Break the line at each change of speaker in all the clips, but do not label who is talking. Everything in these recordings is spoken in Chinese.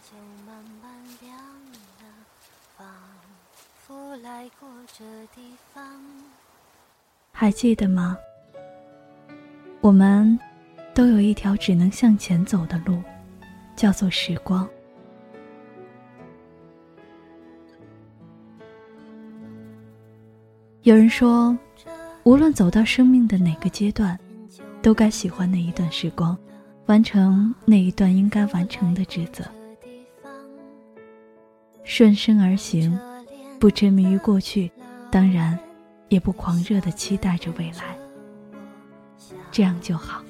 还记得吗？我们都有一条只能向前走的路，叫做时光。有人说，无论走到生命的哪个阶段，都该喜欢那一段时光，完成那一段应该完成的职责。顺身而行，不沉迷于过去，当然也不狂热地期待着未来，这样就好。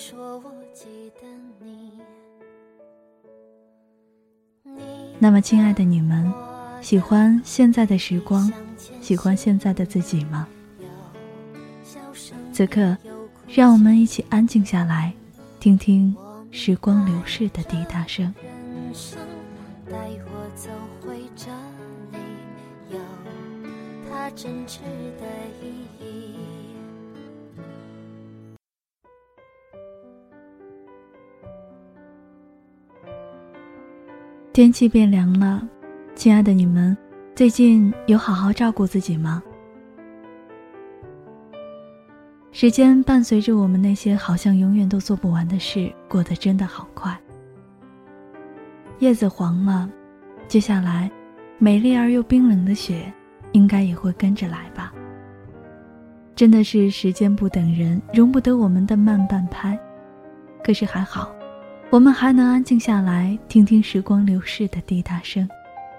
那么亲爱的你们，喜欢现在的时光，喜欢现在的自己吗？此刻让我们一起安静下来，听听时光流逝的滴答声。
带我走回这里，有它真挚的意义。
天气变凉了，亲爱的你们，最近有好好照顾自己吗？时间伴随着我们那些好像永远都做不完的事，过得真的好快。叶子黄了，接下来美丽而又冰冷的雪应该也会跟着来吧。真的是时间不等人，容不得我们的慢半拍。可是还好，我们还能安静下来，听听时光流逝的滴答声。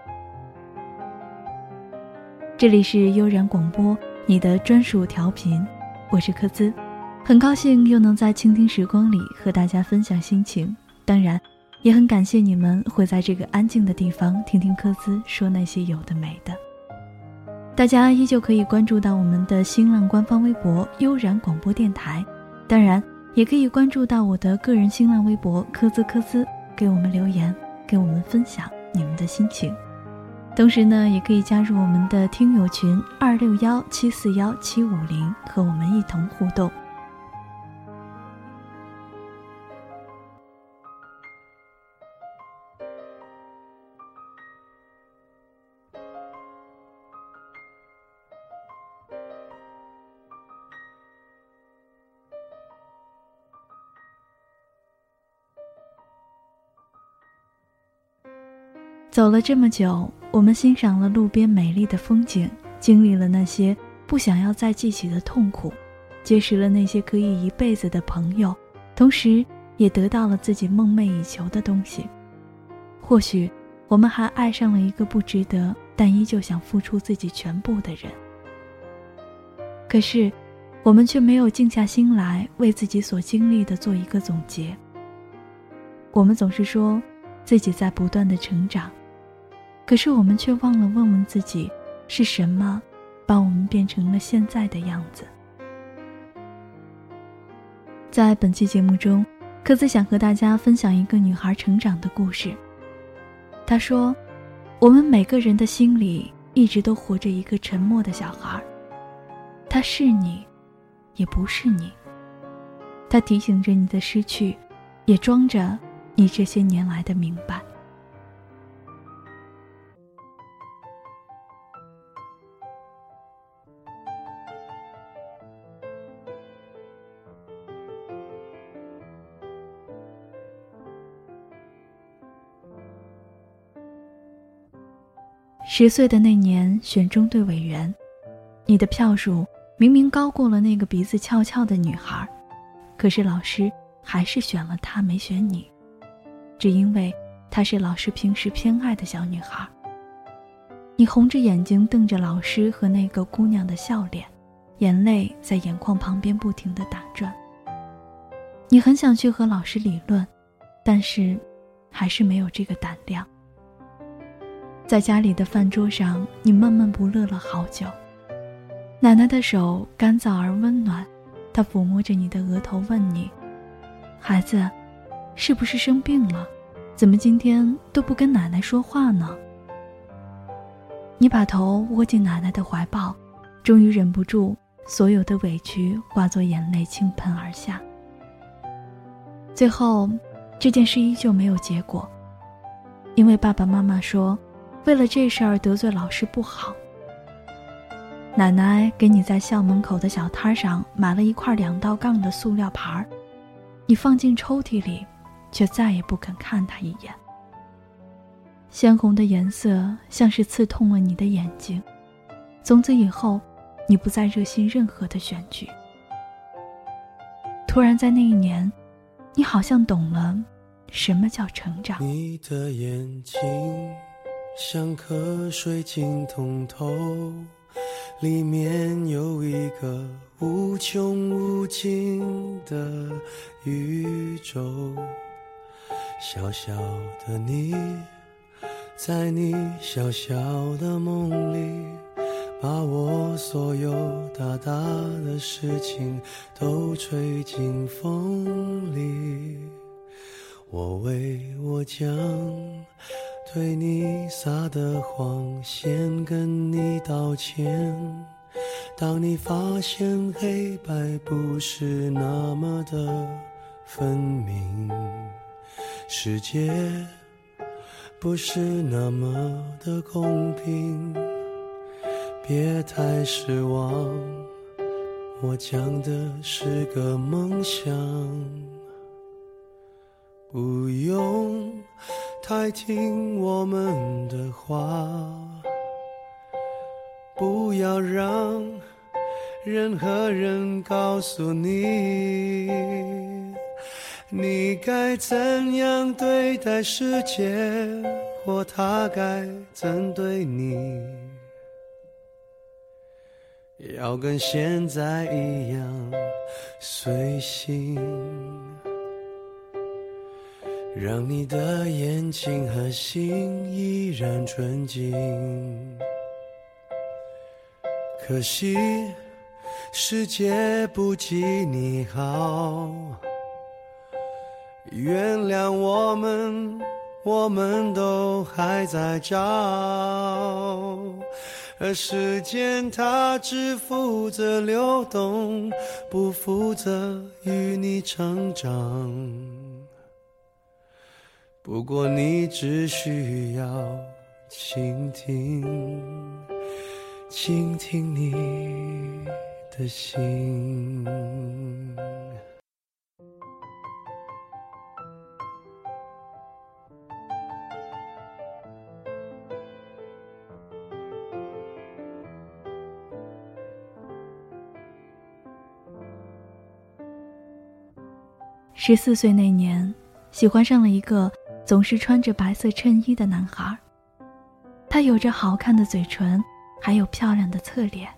这里是悠然广播，你的专属调频，我是柯兹，很高兴又能在倾听时光里和大家分享心情，当然也很感谢你们会在这个安静的地方听听柯兹说那些有的没的。大家依旧可以关注到我们的新浪官方微博悠然广播电台，当然也可以关注到我的个人新浪微博柯兹，给我们留言，给我们分享你们的心情。同时呢，也可以加入我们的听友群261-741-750，和我们一同互动。走了这么久，我们欣赏了路边美丽的风景，经历了那些不想要再记起的痛苦，结识了那些可以一辈子的朋友，同时也得到了自己梦寐以求的东西。或许我们还爱上了一个不值得，但依旧想付出自己全部的人。可是我们却没有静下心来为自己所经历的做一个总结。我们总是说自己在不断的成长，可是我们却忘了问问自己，是什么把我们变成了现在的样子。在本期节目中，柯兹想和大家分享一个女孩成长的故事。她说，我们每个人的心里一直都活着一个沉默的小孩，他是你，也不是你。他提醒着你的失去，也装着你这些年来的明白。10岁的那年选中队委员，你的票数明明高过了那个鼻子翘翘的女孩，可是老师还是选了她没选你，只因为她是老师平时偏爱的小女孩。你红着眼睛瞪着老师和那个姑娘的笑脸，眼泪在眼眶旁边不停地打转。你很想去和老师理论，但是还是没有这个胆量。在家里的饭桌上，你闷闷不乐了好久。奶奶的手干燥而温暖，她抚摸着你的额头问你，孩子，是不是生病了？怎么今天都不跟奶奶说话呢？你把头窝进奶奶的怀抱，终于忍不住，所有的委屈化作眼泪倾盆而下。最后这件事依旧没有结果， 因为爸爸妈妈说为了这事儿得罪老师不好。奶奶给你在校门口的小摊上买了一块2道杠的塑料盘，你放进抽屉里，却再也不肯看它一眼。鲜红的颜色像是刺痛了你的眼睛，从此以后你不再热心任何的选举。突然在那一年，你好像懂了什么叫成长。
你的眼睛像颗水晶通透，里面有一个无穷无尽的宇宙。小小的你，在你小小的梦里，把我所有大大的事情都吹进风里。我为我将对你撒的谎先跟你道歉。当你发现黑白不是那么的分明，世界不是那么的公平，别太失望，我讲的是个梦想。不用太听我们的话，不要让任何人告诉你，你该怎样对待世界，或他该怎对你，要跟现在一样随性，让你的眼睛和心依然纯净。可惜世界不及你好，原谅我们都还在找，而时间它只负责流动，不负责与你成长。不过你只需要倾听，倾听你的心。
14岁那年，喜欢上了一个总是穿着白色衬衣的男孩，他有着好看的嘴唇，还有漂亮的侧脸。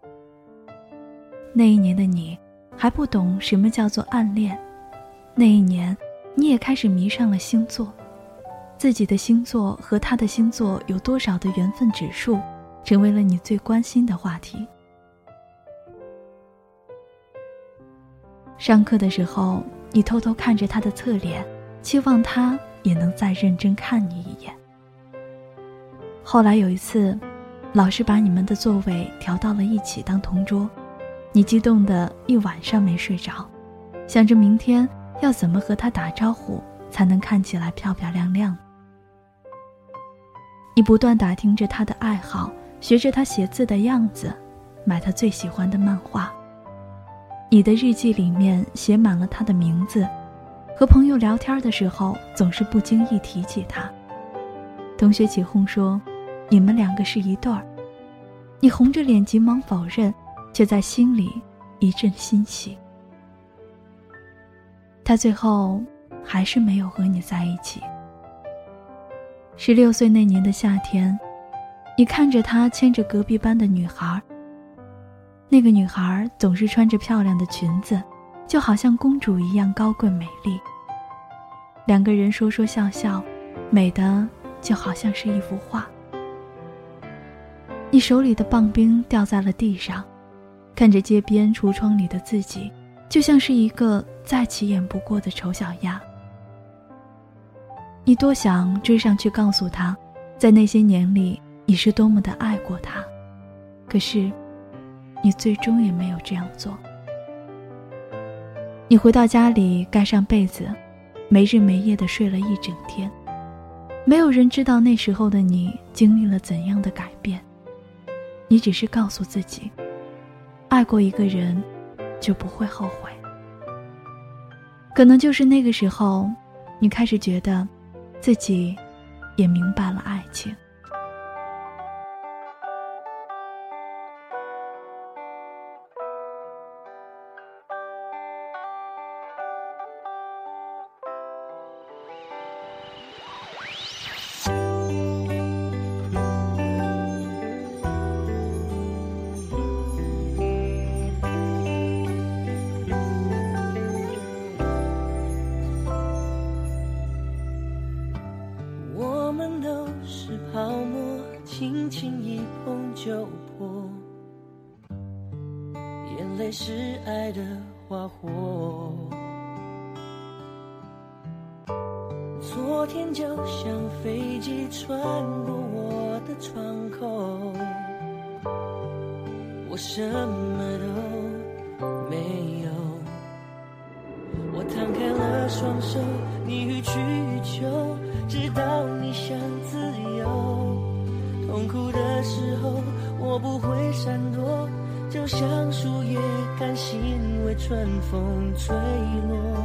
那一年的你还不懂什么叫做暗恋，那一年你也开始迷上了星座，自己的星座和他的星座有多少的缘分指数，成为了你最关心的话题。上课的时候，你偷偷看着他的侧脸，期望他也能再认真看你一眼。后来有一次，老师把你们的座位调到了一起当同桌，你激动得一晚上没睡着，想着明天要怎么和他打招呼才能看起来漂漂亮亮。你不断打听着他的爱好，学着他写字的样子，买他最喜欢的漫画。你的日记里面写满了他的名字，和朋友聊天的时候总是不经意提起他。同学起哄说你们2个是一对儿，你红着脸急忙否认，却在心里一阵欣喜。他最后还是没有和你在一起。16岁那年的夏天，你看着他牵着隔壁班的女孩，那个女孩总是穿着漂亮的裙子，就好像公主一样高贵美丽。2个人说说笑笑，美的就好像是一幅画。你手里的棒冰掉在了地上，看着街边橱窗里的自己，就像是一个再起眼不过的丑小鸭。你多想追上去告诉他，在那些年里你是多么的爱过他，可是你最终也没有这样做。你回到家里盖上被子，没日没夜地睡了一整天。 没有人知道那时候的你经历了怎样的改变，你只是告诉自己，爱过一个人就不会后悔。可能就是那个时候，你开始觉得自己也明白了爱情。
泡沫轻轻一碰就破，眼泪是爱的花火。昨天就像飞机穿过我的窗口，我什么都没有。我摊开了双手，你予取予求，直到你想自由。痛苦的时候，我不会闪躲，就像树叶甘心为春风吹落。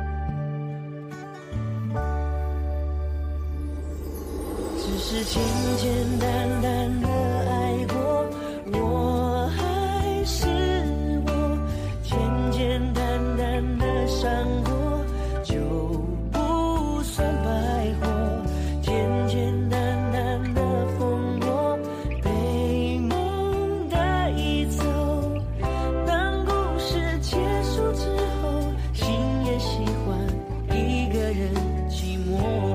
只是简简单单的爱过，我还是我，简简单单的伤过就不算白活，简简单单的风波被梦带走。当故事结束之后，心也喜欢一个人寂寞。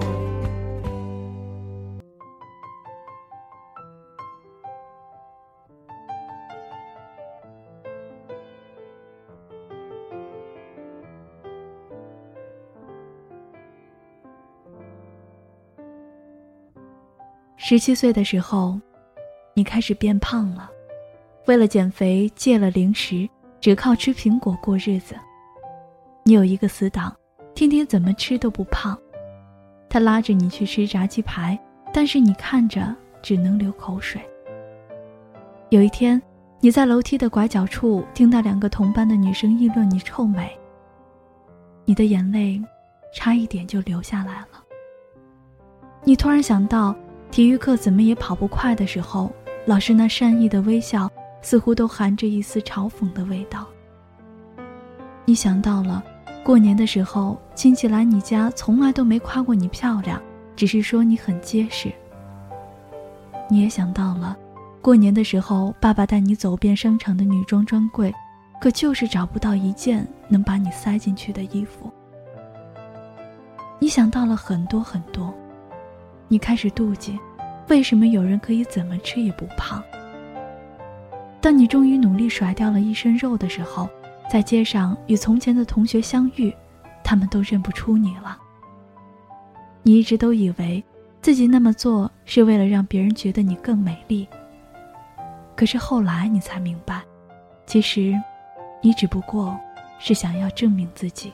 17岁的时候，你开始变胖了，为了减肥戒了零食，只靠吃苹果过日子。你有一个死党，天天怎么吃都不胖，他拉着你去吃炸鸡排，但是你看着只能流口水。有一天，你在楼梯的拐角处听到2个同班的女生议论你臭美，你的眼泪差一点就流下来了。你突然想到体育课怎么也跑不快的时候，老师那善意的微笑似乎都含着一丝嘲讽的味道。你想到了过年的时候，亲戚来你家从来都没夸过你漂亮，只是说你很结实。你也想到了过年的时候，爸爸带你走遍商场的女装专柜，可就是找不到一件能把你塞进去的衣服。你想到了很多很多，你开始妒忌，为什么有人可以怎么吃也不胖。当你终于努力甩掉了一身肉的时候，在街上与从前的同学相遇，他们都认不出你了。你一直都以为自己那么做是为了让别人觉得你更美丽，可是后来你才明白，其实你只不过是想要证明自己。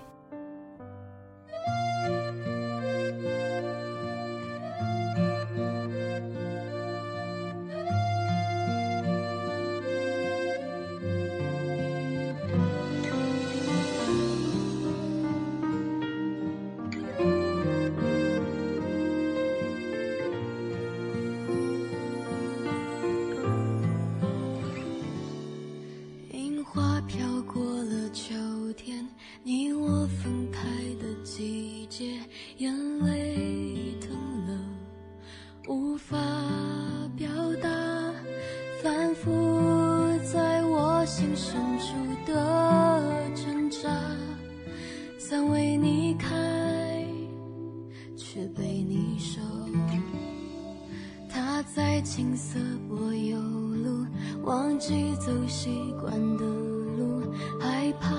你我分开的季节，眼泪疼了，无法表达，反复在我心深处的挣扎。伞为你开，却被你收。他在青涩柏油路，忘记走习惯的路，害怕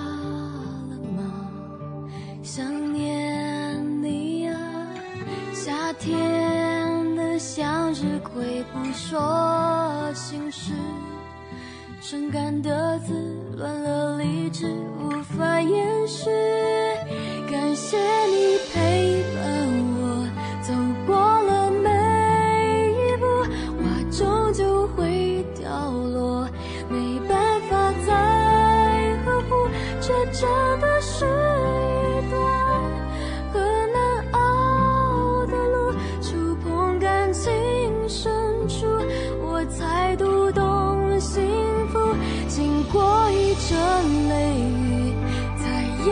想念你啊，夏天的向日葵不说心事，伤感的字乱了理智，无法掩饰。感谢你陪伴我走过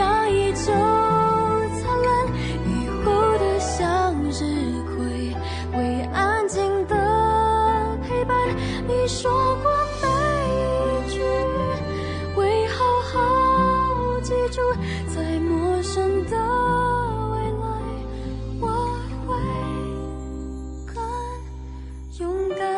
那一周灿烂，雨后的向日葵，为安静的陪伴。你说过每一句，会好好记住，在陌生的未来，我会更勇敢。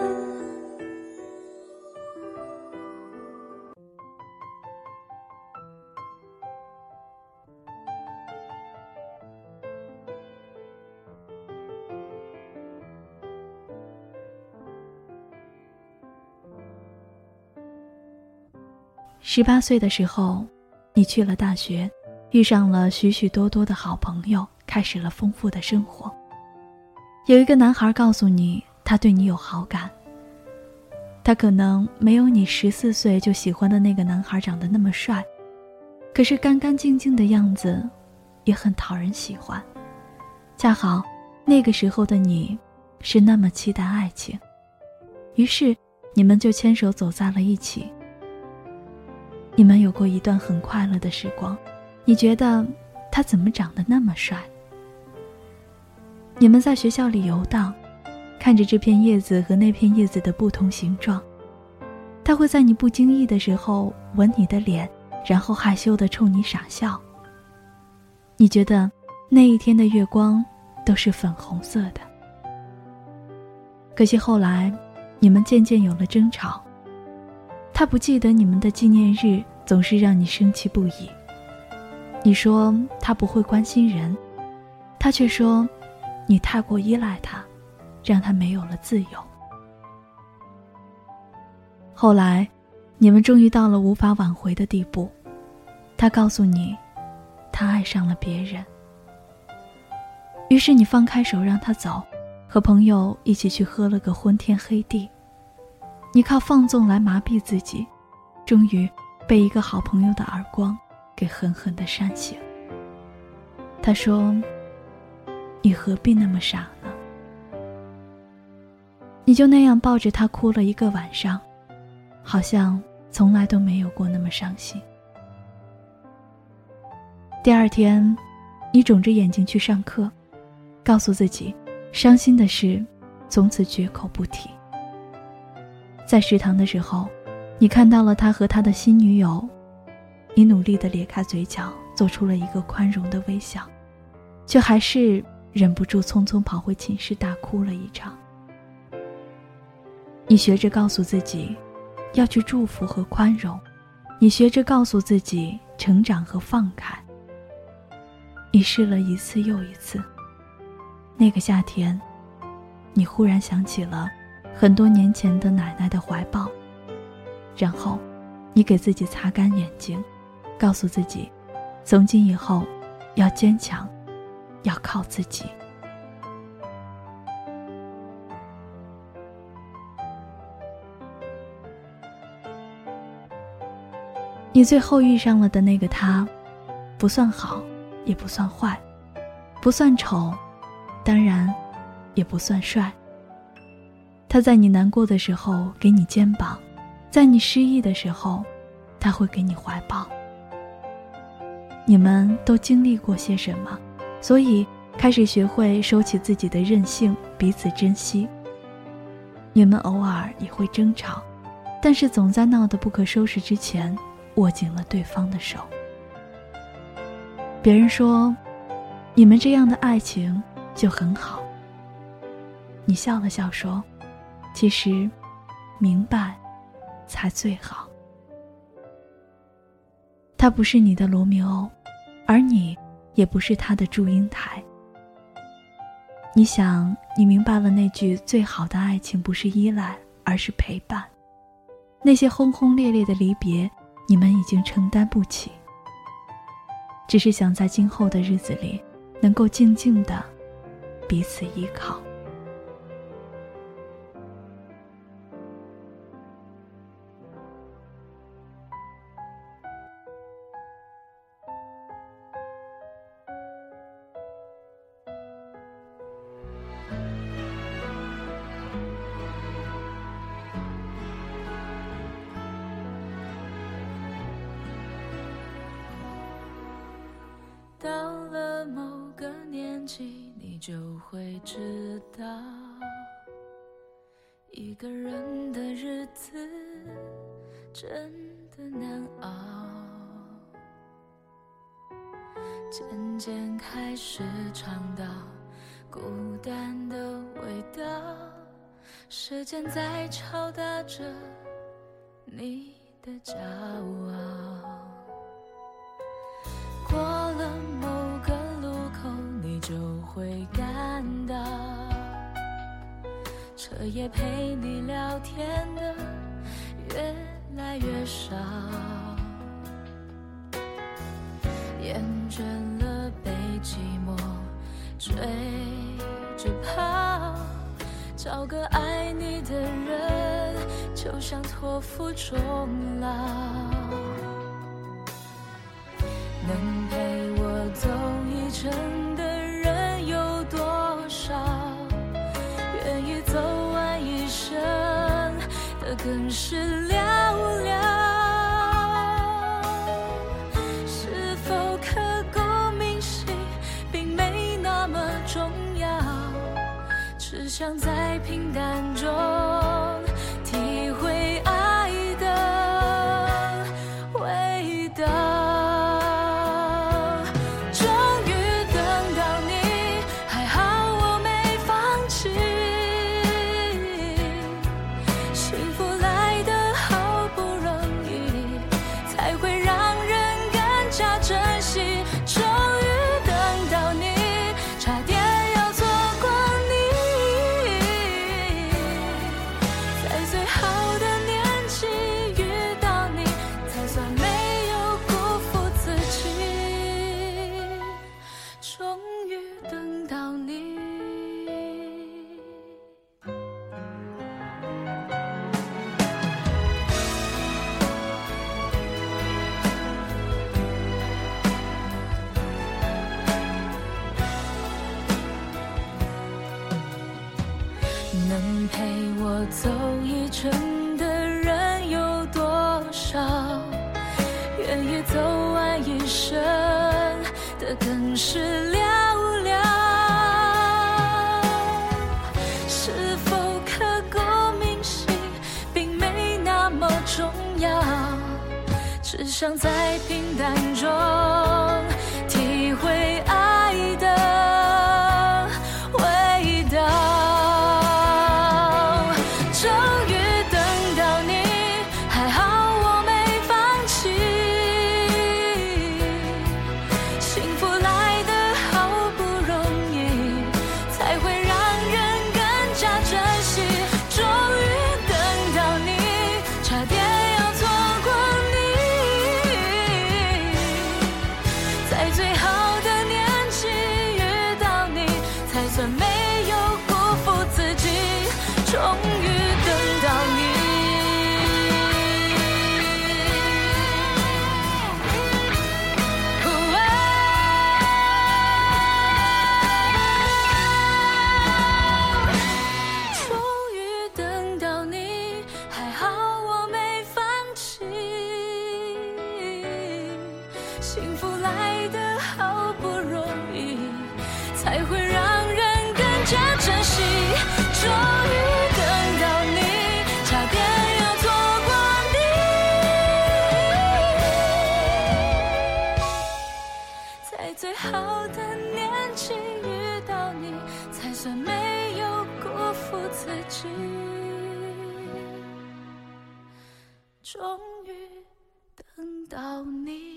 18岁的时候，你去了大学，遇上了许许多多的好朋友，开始了丰富的生活。有一个男孩告诉你，他对你有好感。他可能没有你14岁就喜欢的那个男孩长得那么帅，可是干干净净的样子也很讨人喜欢。恰好那个时候的你是那么期待爱情，于是你们就牵手走在了一起。你们有过一段很快乐的时光，你觉得他怎么长得那么帅？你们在学校里游荡，看着这片叶子和那片叶子的不同形状，他会在你不经意的时候吻你的脸，然后害羞地冲你傻笑。你觉得那一天的月光都是粉红色的。可惜后来你们渐渐有了争吵，他不记得你们的纪念日，总是让你生气不已。你说他不会关心人，他却说你太过依赖他，让他没有了自由。后来你们终于到了无法挽回的地步，他告诉你他爱上了别人。于是你放开手让他走，和朋友一起去喝了个昏天黑地。你靠放纵来麻痹自己，终于被一个好朋友的耳光给狠狠地扇醒。他说，你何必那么傻呢？你就那样抱着他哭了一个晚上，好像从来都没有过那么伤心。第二天，你肿着眼睛去上课，告诉自己伤心的事从此绝口不提。在食堂的时候，你看到了他和他的新女友，你努力地咧开嘴角，做出了一个宽容的微笑，却还是忍不住匆匆跑回寝室大哭了一场。你学着告诉自己要去祝福和宽容，你学着告诉自己成长和放开。你试了一次又一次。那个夏天，你忽然想起了很多年前的奶奶的怀抱，然后你给自己擦干眼睛，告诉自己从今以后要坚强，要靠自己。你最后遇上了的那个他，不算好，也不算坏，不算丑，当然也不算帅。他在你难过的时候给你肩膀，在你失意的时候他会给你怀抱。你们都经历过些什么，所以开始学会收起自己的任性，彼此珍惜。你们偶尔也会争吵，但是总在闹得不可收拾之前握紧了对方的手。别人说你们这样的爱情就很好，你笑了笑说，其实明白才最好。他不是你的罗密欧，而你也不是他的祝英台。你想，你明白了那句最好的爱情不是依赖，而是陪伴。那些轰轰烈烈的离别，你们已经承担不起，只是想在今后的日子里能够静静地彼此依靠。
到了某个年纪，你就会知道，一个人的日子真的难熬。渐渐开始尝到孤单的味道，时间在敲打着你的骄傲。过了某个路口，你就会感到，彻夜陪你聊天的越来越少，厌倦了被寂寞追着跑，找个爱你的人就像托付终老。能陪我走一程的人有多少？愿意走完一生的更是寥寥。是否刻骨铭心并没那么重要，只想在平淡中体会爱的味道。能陪我走一程的人有多少？愿意走完一生的更是寥寥。是否刻骨铭心并没那么重要，只想在平淡中体会爱的味道。幸福来得好不容易，才会让人更加珍惜。终于等到你，差点要错过你，在最好的年纪遇到你，才算没有辜负自己。终于等到你。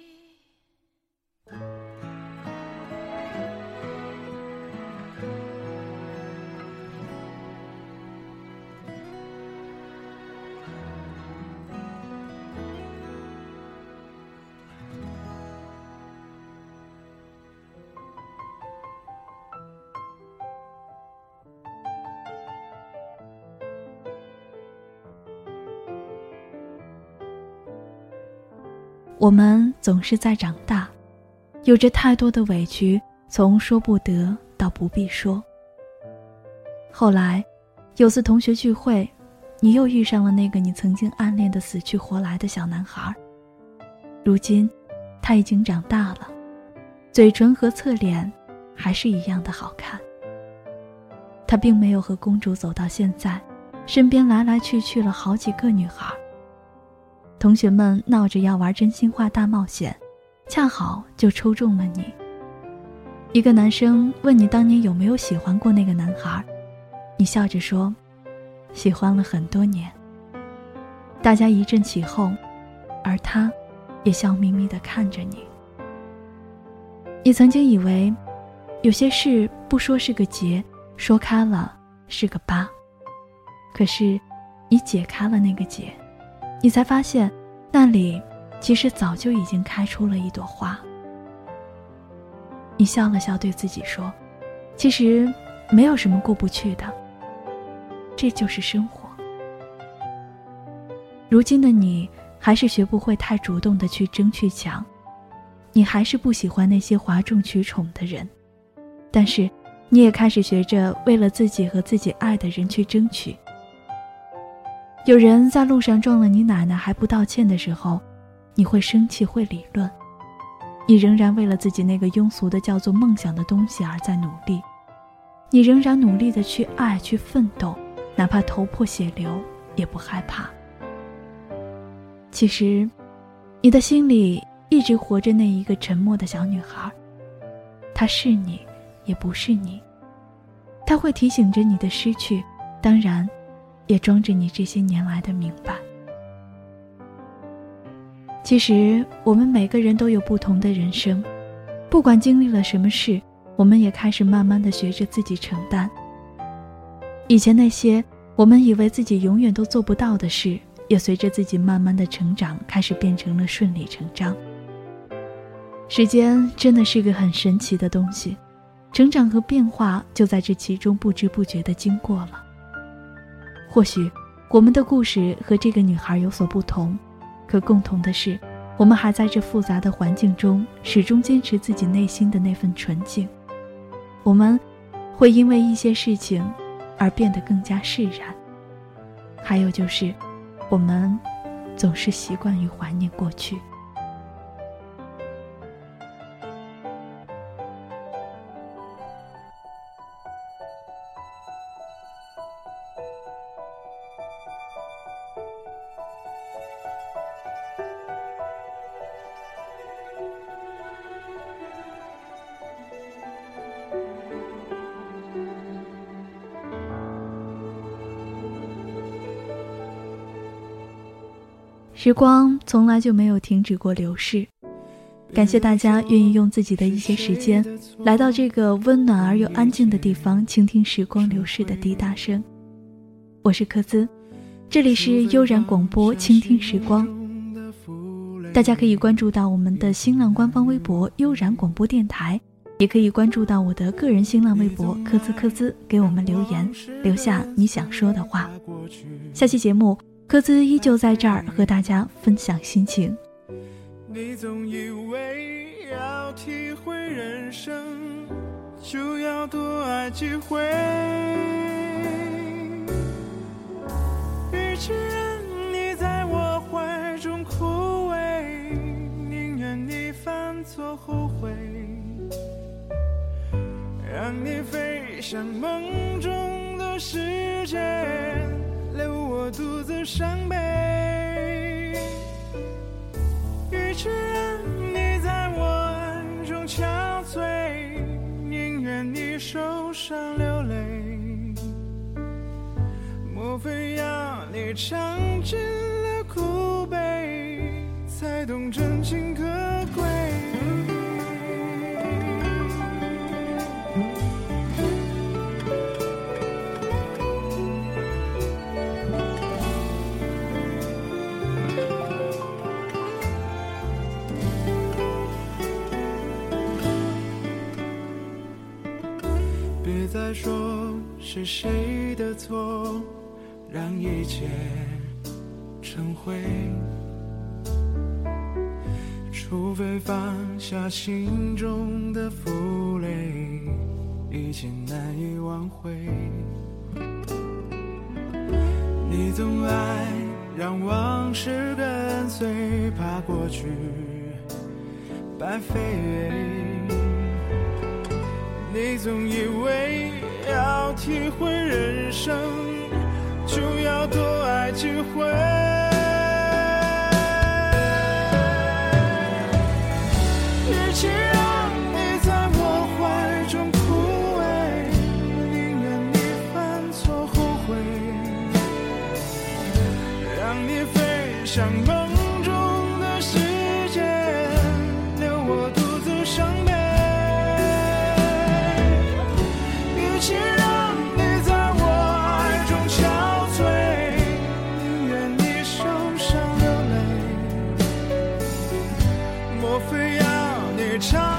我们总是在长大，有着太多的委屈，从说不得到不必说。后来有次同学聚会，你又遇上了那个你曾经暗恋的死去活来的小男孩。如今他已经长大了， 嘴唇和侧脸还是一样的好看。他并没有和公主走到现在，身边来来去去了好几个女孩。同学们闹着要玩真心话大冒险，恰好就抽中了你。一个男生问你当年有没有喜欢过那个男孩，你笑着说喜欢了很多年。大家一阵起哄，而他也笑眯眯地看着你。你曾经以为有些事不说是个结，说开了是个疤，可是你解开了那个结，你才发现那里其实早就已经开出了一朵花。你笑了笑对自己说，其实没有什么过不去的，这就是生活。如今的你还是学不会太主动地去争去抢，你还是不喜欢那些哗众取宠的人，但是你也开始学着为了自己和自己爱的人去争取。有人在路上撞了你奶奶还不道歉的时候，你会生气会理论，你仍然为了自己那个庸俗的叫做梦想的东西而在努力，你仍然努力地去爱去奋斗，哪怕头破血流也不害怕。其实你的心里一直活着那一个沉默的小女孩，她是你也不是你，她会提醒着你的失去，当然也装着你这些年来的明白。其实我们每个人都有不同的人生，不管经历了什么事，我们也开始慢慢地学着自己承担。以前那些我们以为自己永远都做不到的事，也随着自己慢慢的成长开始变成了顺理成章。时间真的是个很神奇的东西，成长和变化就在这其中不知不觉地经过了。或许我们的故事和这个女孩有所不同，可共同的是，我们还在这复杂的环境中始终坚持自己内心的那份纯净。我们会因为一些事情而变得更加释然，还有就是我们总是习惯于怀念过去。时光从来就没有停止过流逝，感谢大家愿意用自己的一些时间来到这个温暖而又安静的地方，倾听时光流逝的滴答声。我是柯兹，这里是悠然广播，倾听时光。大家可以关注到我们的新浪官方微博悠然广播电台，也可以关注到我的个人新浪微博柯兹柯兹，给我们留言，留下你想说的话。下期节目柯兹依旧在这儿和大家分享心情。
你总以为要体会人生，就要多爱几回，与其让你在我怀中枯萎，宁愿你犯错后悔，让你飞向梦中的世界，留我独自伤悲。与其让你在我爱中憔悴，宁愿你受伤流泪。莫非要你尝尽了苦悲，才懂真情可贵？别再说是谁的错，让一切成灰，除非放下心中的负累，已经难以挽回。你总爱让往事跟随，怕过去白费， 你总以为要体会人生，就要多爱几回。与其让你在我怀中枯萎，宁愿你犯错后悔，让你飞向梦中的世界，留我独自伤悲。与其让你在我爱中憔悴，宁愿你受伤流泪。莫非要你尝